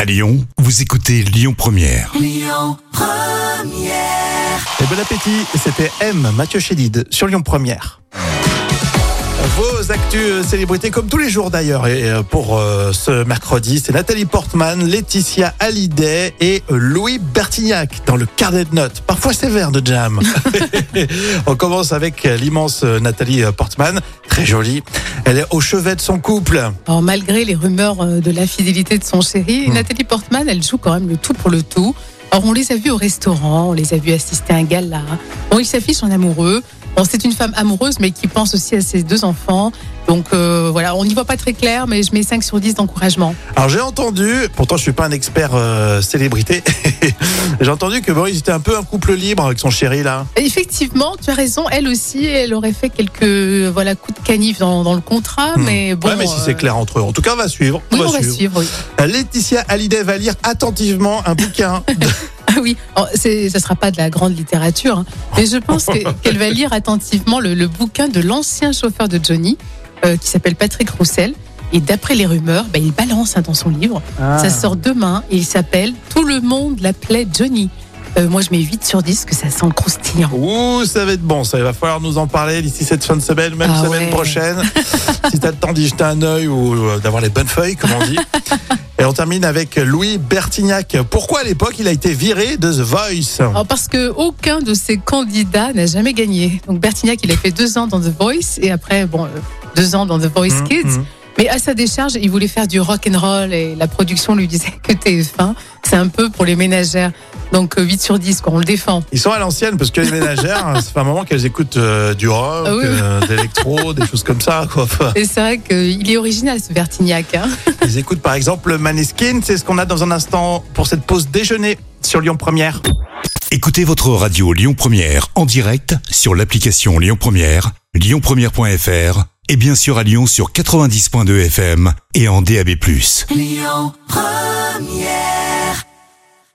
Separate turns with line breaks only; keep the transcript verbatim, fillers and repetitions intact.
À Lyon, vous écoutez Lyon Première.
Lyon Première.
Et bon appétit, c'était M, Mathieu Chédid, sur Lyon Première. Vos actus célébrités, comme tous les jours d'ailleurs. Et pour euh, ce mercredi, c'est Nathalie Portman, Laetitia Hallyday et Louis Bertignac dans le carnet de notes, parfois sévère de Jam. On commence avec l'immense Nathalie Portman, très jolie. Elle est au chevet de son couple.
Alors, malgré les rumeurs de l'infidélité de son chéri, mmh. Nathalie Portman, elle joue quand même le tout pour le tout. Alors, on les a vus au restaurant, on les a vus assister à un gala. Bon, ils s'affichent en amoureux. Bon, c'est une femme amoureuse, mais qui pense aussi à ses deux enfants. Donc euh, voilà, on n'y voit pas très clair, mais je mets cinq sur dix d'encouragement.
Alors j'ai entendu, pourtant je suis pas un expert euh, célébrité, j'ai entendu que bon, ils étaient un peu un couple libre avec son chéri là.
Effectivement, tu as raison, elle aussi, elle aurait fait quelques voilà coups de canif dans, dans le contrat, hmm. mais bon.
Ouais, mais si c'est clair entre eux, en tout cas on va suivre.
Oui,
on va
on va
suivre.
suivre oui.
Laetitia Hallyday va lire attentivement un bouquin. De...
Ah oui, alors, c'est, ça ne sera pas de la grande littérature, hein, mais je pense que, qu'elle va lire attentivement le, le bouquin de l'ancien chauffeur de Johnny, euh, qui s'appelle Patrick Roussel. Et d'après les rumeurs, bah, il balance hein, dans son livre. Ah. Ça sort demain et il s'appelle « Tout le monde l'appelait Johnny ». Euh, moi, je mets huit sur dix, que ça sent le croustillant.
Ouh, ça va être bon, ça. Il va falloir nous en parler d'ici cette fin de semaine, même ah semaine ouais. prochaine. Si tu as le temps d'y jeter un œil ou d'avoir les bonnes feuilles, comme on dit. Et on termine avec Louis Bertignac. Pourquoi à l'époque il a été viré de The Voice ?
Alors parce qu'aucun de ses candidats n'a jamais gagné. Donc Bertignac, il a fait deux ans dans The Voice et après, bon, deux ans dans The Voice mmh, Kids. Mmh. Mais à sa décharge, il voulait faire du rock and roll et la production lui disait que T F un, c'est un peu pour les ménagères. Donc huit sur dix, quoi, on le défend.
Ils sont à l'ancienne parce que les ménagères, ça fait un moment qu'elles écoutent euh, du rock, ah oui. euh, d'électro, des choses comme ça. Quoi.
Et c'est vrai qu'il est original ce Bertignac. Hein.
Ils écoutent par exemple Maneskin, c'est ce qu'on a dans un instant pour cette pause déjeuner sur Lyon Première.
Écoutez votre radio Lyon Première en direct sur l'application Lyon Première, lyon première point f r et bien sûr à Lyon sur quatre-vingt-dix point deux F M et en D A B plus.
Lyon Première.